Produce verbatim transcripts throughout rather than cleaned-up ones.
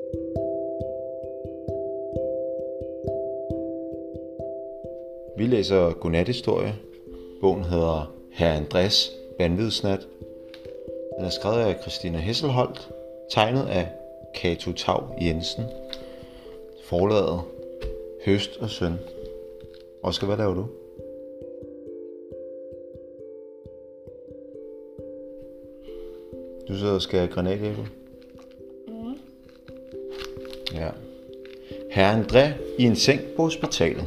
Vi læser godnathistorie. Bogen hedder Herr Andræs vanvidsnat. Den er skrevet af Christina Hesselholdt, tegnet af Cato Tau Jensen. Forlaget Høst og Søn. Oscar, hvad laver du? Du sidder og skærer granatæble. Mm. Ja. Herr André i en seng på hospitalet.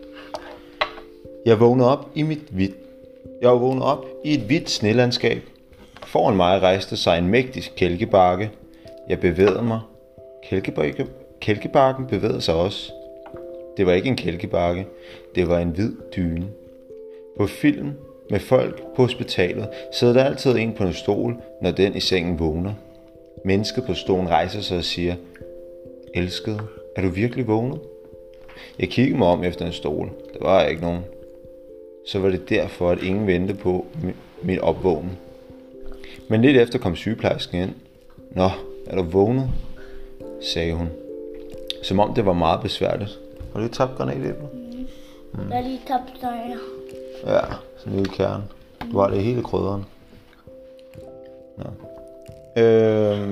Jeg vågnede op i mit hvidt. Jeg vågnede op i et hvidt snelandskab. Foran mig rejste sig en mægtig kælkebakke. Jeg bevægede mig. Kælkebakke, kælkebakken bevægede sig også. Det var ikke en kælkebakke. Det var en hvid dyne. På film med folk på hospitalet sidder der altid en på en stol, når den i sengen vågner. Mennesket på stolen rejser sig og siger: Elskede, er du virkelig vågnet? Jeg kiggede mig om efter en stol. Der var ikke nogen. Så var det derfor, at ingen ventede på min opvågning. Men lidt efter kom sygeplejersken ind. Nå, er du vågnet? Sagde hun. Som om det var meget besværligt. Har du lige tabt granatæbler? Mm. Mm. Jeg har lige tabt dig. Ja, sådan en lille kerne. Du har det hele krydderen. Nå. Øh,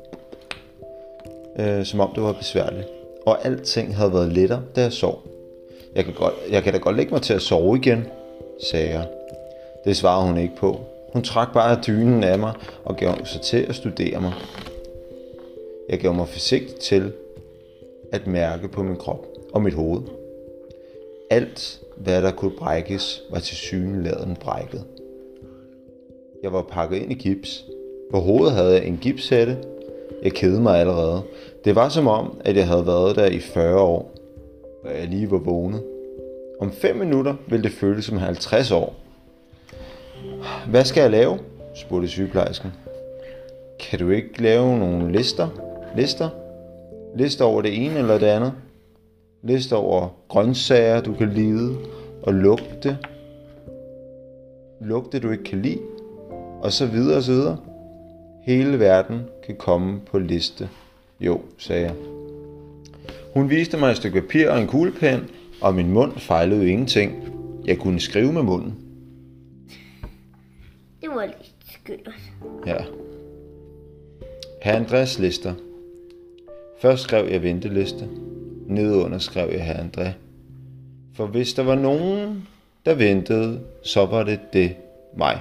øh, som om det var besværligt. Og alting havde været lettere, da jeg sov. Jeg kan, godt, jeg kan da godt lægge mig til at sove igen, sagde jeg. Det svarede hun ikke på. Hun trak bare dynen af mig og gav sig til at studere mig. Jeg gav mig forsigtigt til at mærke på min krop og mit hoved. Alt, hvad der kunne brækkes, var tilsyneladende brækket. Jeg var pakket ind i gips. På hovedet havde jeg en gipshætte. Jeg kedede mig allerede. Det var som om, at jeg havde været der i fyrre år, og jeg lige var vågnet. Om fem minutter ville det føles som halvtreds år. Hvad skal jeg lave? Spurgte sygeplejersken. Kan du ikke lave nogle lister? Lister? Lister over det ene eller det andet? Lister over grøntsager, du kan lide, og lugte. Lugte, du ikke kan lide, og så videre og så videre. Hele verden kan komme på liste. Jo, sagde jeg. Hun viste mig et stykke papir og en kuglepen, og min mund fejlede ingenting. Jeg kunne skrive med munden. Det var lidt skørt. Ja. Herr Andræs lister. Først skrev jeg venteliste. Nedunder skrev jeg Herr André. For hvis der var nogen, der ventede, så var det det mig.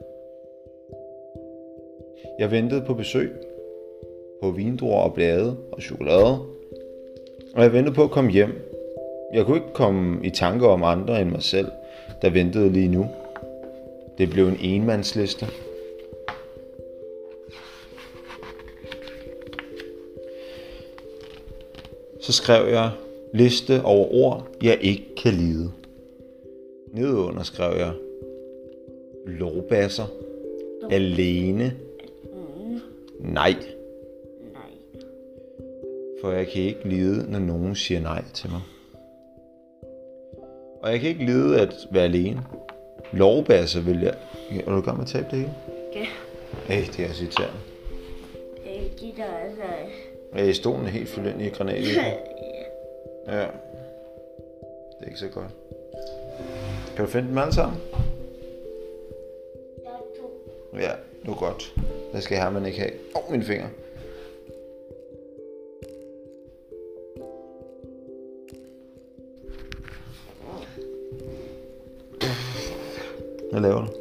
Jeg ventede på besøg. På vindruer og blade og chokolade. Og jeg ventede på at komme hjem. Jeg kunne ikke komme i tanke om andre end mig selv, der ventede lige nu. Det blev en enmandsliste. Så skrev jeg liste over ord, jeg ikke kan lide. Nedunder skrev jeg lovbasser. Alene. Mm. Nej. Nej. For jeg kan ikke lide, når nogen siger nej til mig. Og jeg kan ikke lide at være alene. Lovbasser vil jeg... Er du i gang med at tabe det hele? Ja. Ej, det er så irriterende. Det er de der altså... Ej, stolen er helt fyldt ind i granaten. Ja. Ja. Det er ikke så godt. Kan du finde dem alle sammen? Jeg er to. Ja, nu godt. Det skal jeg man ikke have. Åh, oh, mine fingre. Hvad laver du?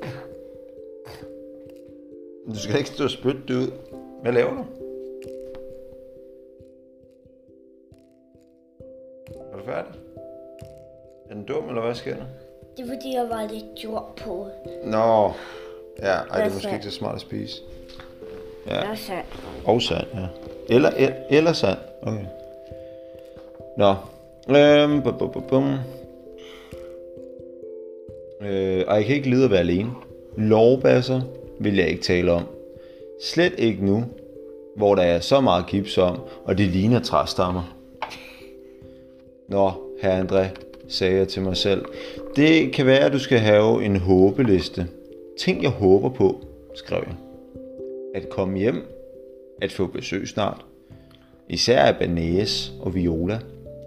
Du skal ikke stå og spytte det ud. Hvad laver du? Er du færdig? Er den dum, eller hvad sker der? Det er fordi, jeg var lidt jord på. Nå. Ja, ej, det er måske ikke så smart at spise. Ja. Det er sandt. Og sand, ja. Eller, eller, eller sand. Okay. Nå. Øhm, bum, bum, bum, bum. Øh, og jeg kan ikke lide at være alene. Lovbasser vil jeg ikke tale om. Slet ikke nu, hvor der er så meget gips om, og det ligner træstammer. Nå, herr André, sagde jeg til mig selv. Det kan være, at du skal have en håbeliste. Ting, jeg håber på, skrev jeg. At komme hjem. At få besøg snart. Især af Banæs og Viola.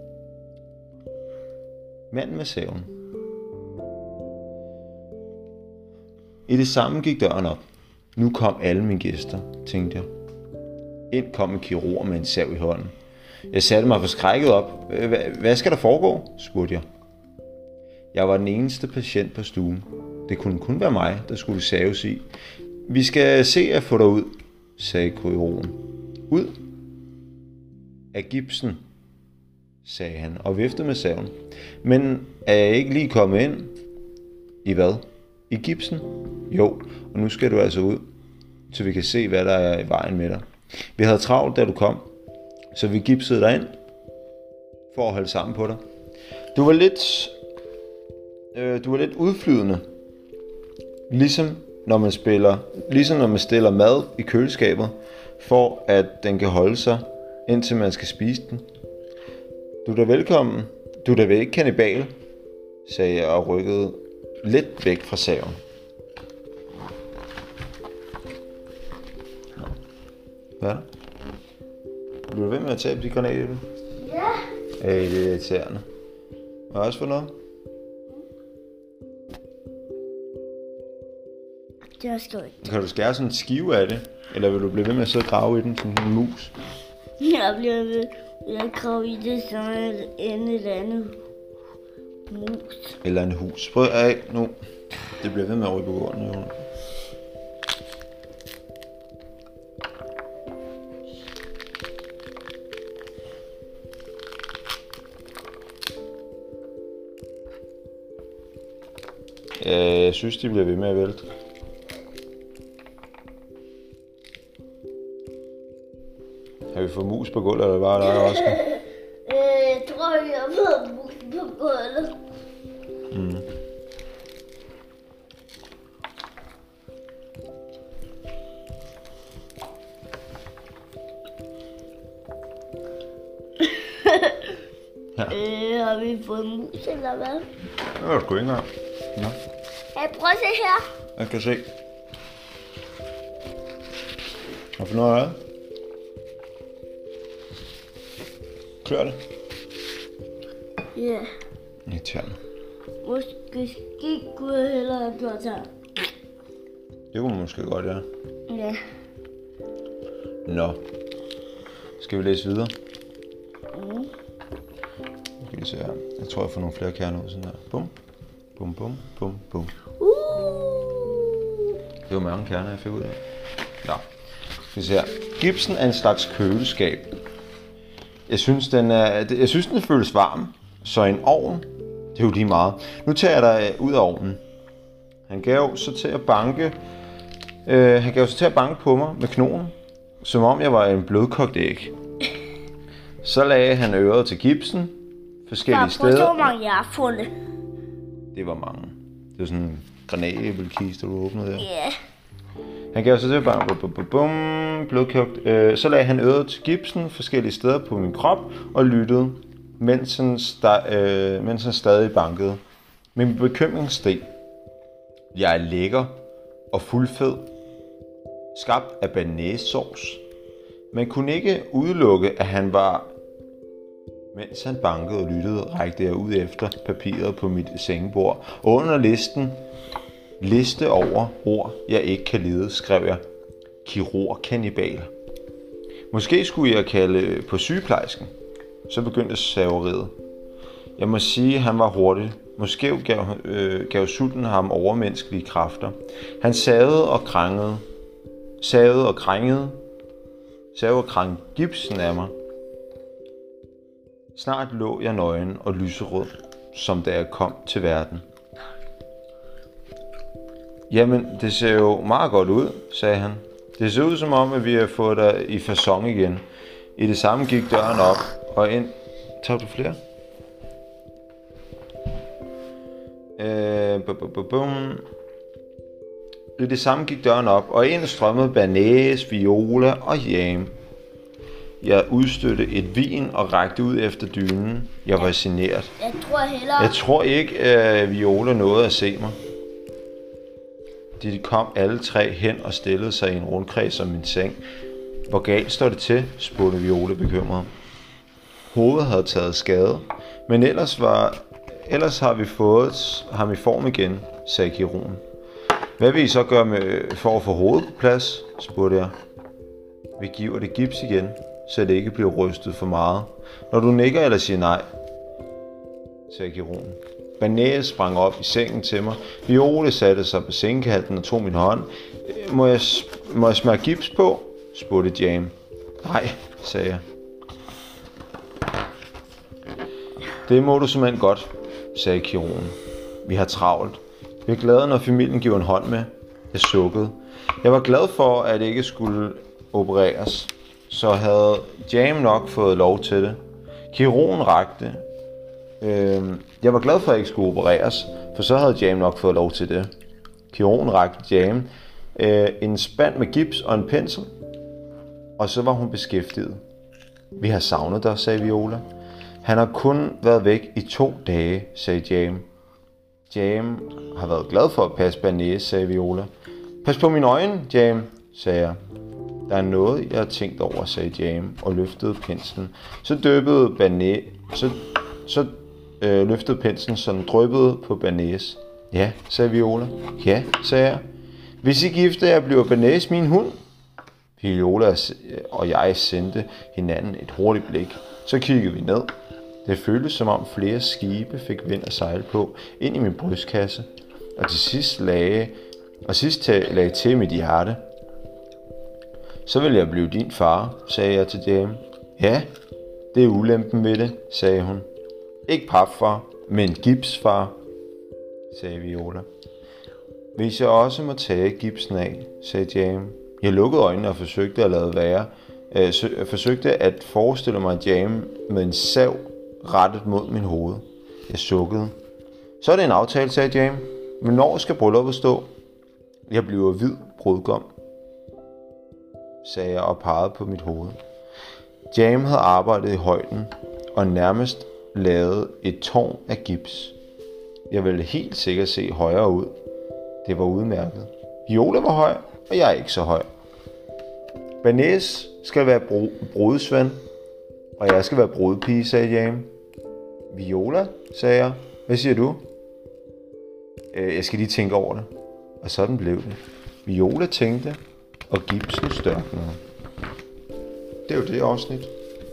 Manden med saven. I det samme gik døren op. Nu kom alle mine gæster, tænkte jeg. Ind kom en kirurg med en sav i hånden. Jeg satte mig forskrækket op. Hvad skal der foregå? Spurgte jeg. Jeg var den eneste patient på stuen. Det kunne kun være mig, der skulle saves i. Vi skal se at få dig ud, sagde kirurgen. Ud? Af gipsen, sagde han og viftede med saven. Men er jeg ikke lige kommet ind? I hvad? I gipsen? Jo, og nu skal du altså ud, så vi kan se, hvad der er i vejen med dig. Vi havde travlt, da du kom, så vi gipsede dig ind for at holde sammen på dig. Du var lidt, øh, du var lidt udflydende, ligesom når man spiller, ligesom når man stiller mad i køleskabet, for at den kan holde sig, indtil man skal spise den. Du er da velkommen. Du er da vel ikke kannibal, sagde jeg og rykkede lidt væk fra saven. Hvad er der? Bliver du ved med at tabe de granater? Ja. Ej, det er irriterende. Hvad er også for noget? Det er skønt. Kan du skære sådan en skive af det? Eller vil du blive ved med at sidde og grave i den som en mus? Jeg bliver ved at grave i det som en eller andet mus. Eller en hus. Prøv af nu. Det bliver ved med at ryge på gulvet nu. Ja, jeg synes, de bliver ved med at vælte. Har vi fået mus på gulvet, eller bare der også? Jeg tror, jeg har fået mus på gulvet. Mm. Ja. Øh, har vi fået mus, eller hvad? Det var sgu ikke engang. Ja. Hey, prøv at se her. Jeg kan se. Har du fundet noget af det? Klør det? Ja. Irriterende. Måske kunne jeg hellere have gjort her. Det kunne man måske godt, ja. Ja. Nå. Skal vi læse videre? Mm. Skal vi se her. Jeg tror, jeg får nogle flere kerner ud sådan der. Bum. Bum, bum, bum, bum. Uh. Det var mange kerner, jeg fik ud af. Nå. Skal vi se her. Gipsen er en slags køleskab. Jeg synes, den er, jeg synes, den føles varm. Så en ovn, det er jo lige meget. Nu tager jeg dig ud af ovnen. Han gav så til at banke, øh, han gav så til at banke på mig med knogen, som om jeg var en blødkogt æg. Så lagde han øret til gipsen, forskellige Så, prøv at se, steder. hvor mange jeg har fundet. Det var mange. Det var sådan en granatæblekiste, du åbnede der. Ja. Han gav så til at banke, bum, bum, bum, blødkogt. Øh, så lagde han øret til gipsen forskellige steder på min krop og lyttede, mens han, sta- øh, mens han stadig bankede. Min bekymring steg. Jeg er lækker og fuldfed, skabt af banæssauce. Man kunne ikke udelukke, at han var, mens han bankede og lyttede, rækte jeg ud efter papiret på mit sengebord. Og under listen, liste over ord, jeg ikke kan lide, skrev jeg, kirurg-kannibal. Måske skulle jeg kalde på sygeplejersken. Så begyndte saveriet. Jeg må sige, at han var hurtig. Måske gav, øh, gav sulten ham overmenneskelige kræfter. Han savede og krængede. Savede og krængede. Savede og krængede gipsen af mig. Snart lå jeg nøgen og lyserød, som da jeg kom til verden. Jamen, det ser jo meget godt ud, sagde han. Det ser ud som om, at vi har fået dig i facon igen. I det samme gik døren op, og ind... Tager du flere? Øh, bum, bum, bum. I det samme gik døren op, og ind strømmede Banæs, Viola og Jam. Jeg udstødte et vin og rakte ud efter dynen. Jeg var generet. Jeg tror hellere... Jeg tror ikke, at Viola nåede at se mig. De kom alle tre hen og stillede sig i en rundkreds om min seng. Hvor galt står det til, spurgte Viola bekymret. Hovedet havde taget skade, men ellers, var, ellers har vi fået ham i form igen, sagde kirurgen. Hvad vil I så gøre med, for at få hovedet på plads, spurgte jeg. Vi giver det gips igen, så det ikke bliver rystet for meget. Når du nikker eller siger nej, sagde kirurgen. Banæs sprang op i sengen til mig. Viola satte sig på sengekanten og tog min hånd. Må jeg, må jeg smøre gips på? Spurgte Jam. Nej, sagde jeg. Det må du simpelthen godt, sagde kirurgen. Vi har travlt. Vi er glade, når familien giver en hånd med. Jeg sukkede. Jeg var glad for, at det ikke skulle opereres. Så havde Jam nok fået lov til det. Kirurgen rakte. Øh, jeg var glad for, at jeg ikke skulle opereres, for så havde Jam nok fået lov til det. Kirurgen rakte Jam øh, en spand med gips og en pensel, og så var hun beskæftiget. Vi har savnet dig, sagde Viola. Han har kun været væk i to dage, sagde Jam. Jam har været glad for at passe Banæs, sagde Viola. Pas på mine øjne, Jam, sagde jeg. Der er noget, jeg har tænkt over, sagde Jam og løftede penslen. Så døbede Banæs, så, så øh, løftede penslen, så den dryppede på Banæs. Ja, sagde Viola. Ja, sagde jeg. Hvis I gifter jer, bliver Banæs min hund. Viola og jeg sendte hinanden et hurtigt blik. Så kiggede vi ned. Det føltes som om flere skibe fik vind at sejle på ind i min brystkasse. Og til sidst lagde, og sidst lagde til mit hjerte. Så vil jeg blive din far, sagde jeg til Jam. Ja, det er ulempen ved det, sagde hun. Ikke papfar, men gipsfar, sagde Viola. Hvis jeg også må tage gipsen af, sagde Jam. Jeg lukkede øjnene og forsøgte at lade være. Jeg forsøgte at forestille mig Jam med en sav rettet mod min hoved. Jeg sukkede. Så er det en aftale, sagde Jam. Men når skal brylluppet stå? Jeg bliver hvid brudgom, sagde jeg og pegede på mit hoved. Jam havde arbejdet i højden og nærmest lavet et tårn af gips. Jeg ville helt sikkert se højere ud. Det var udmærket. Viola var høj, og jeg er ikke så høj. Banæs skal være bro- brudesven, og jeg skal være brudepige, sagde Jam. Viola, sagde jeg. Hvad siger du? Øh, jeg skal lige tænke over det. Og sådan blev det. Viola tænkte, og gipsen størknede. Det er jo det afsnit.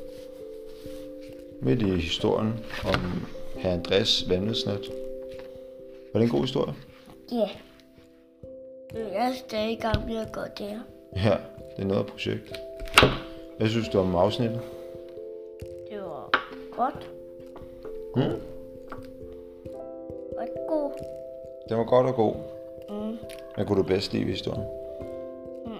Midt i historien om herr Andreas vandløbsnat. Var det en god historie? Ja. Jeg er stadig i gang med at gøre det her. Ja, det er noget af projektet. Hvad synes du om afsnittet? Det var godt. Hmm? Godt god. Det var godt og god. Mm. Hvad kunne du bedst lide ved historien? Mm.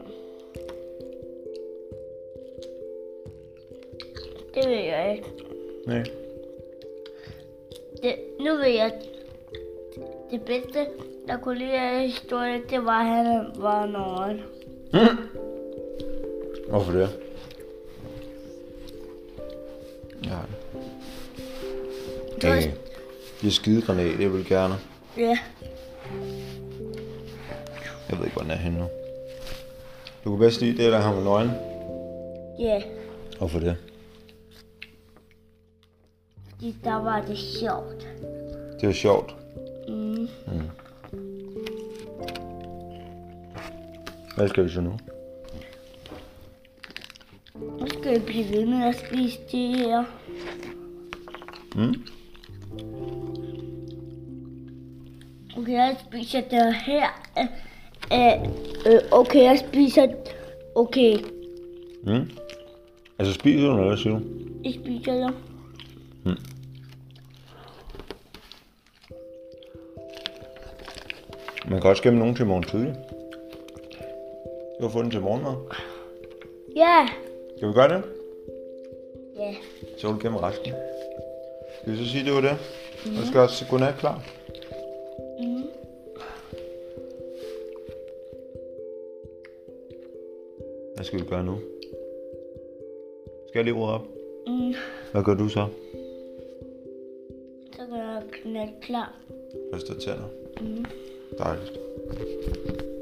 Det ved jeg ikke. Nej. Det, nu ved jeg, det bedste, der kunne lide af historien, det var, at han var nøgen. Mm. Hvorfor det? Ja. Det var... Hey, det er skidegranat, jeg vil gerne. Ja. Jeg ved ikke, hvor den er henne nu. Du kunne bedst lide det, der han var nøgen? Ja. Hvorfor det? Fordi der var det sjovt. Det var sjovt. Mm. Mm. Hvad skal vi så nu? Nu skal vi blive ved med at spise det her. Mm? Okay, jeg spiser det her. Uh, uh, okay, jeg spiser... Okay, Mm? Altså spiser du noget, siger du? jeg spiser det. Mm. Man kan også gemme nogen til morgen tidlig. Du har fået den til morgenmad. Ja. Skal vi gøre det? Ja. Så vil du gemme resten. Skal vi så sige, det var det? Mm. Og skal også godnat klar. Mm. Hvad skal vi gøre nu? Skal jeg lige rydde op? Mm. Hvad gør du så? Så kan jeg knalde klar. Børster tænder. Mm. Dejligt.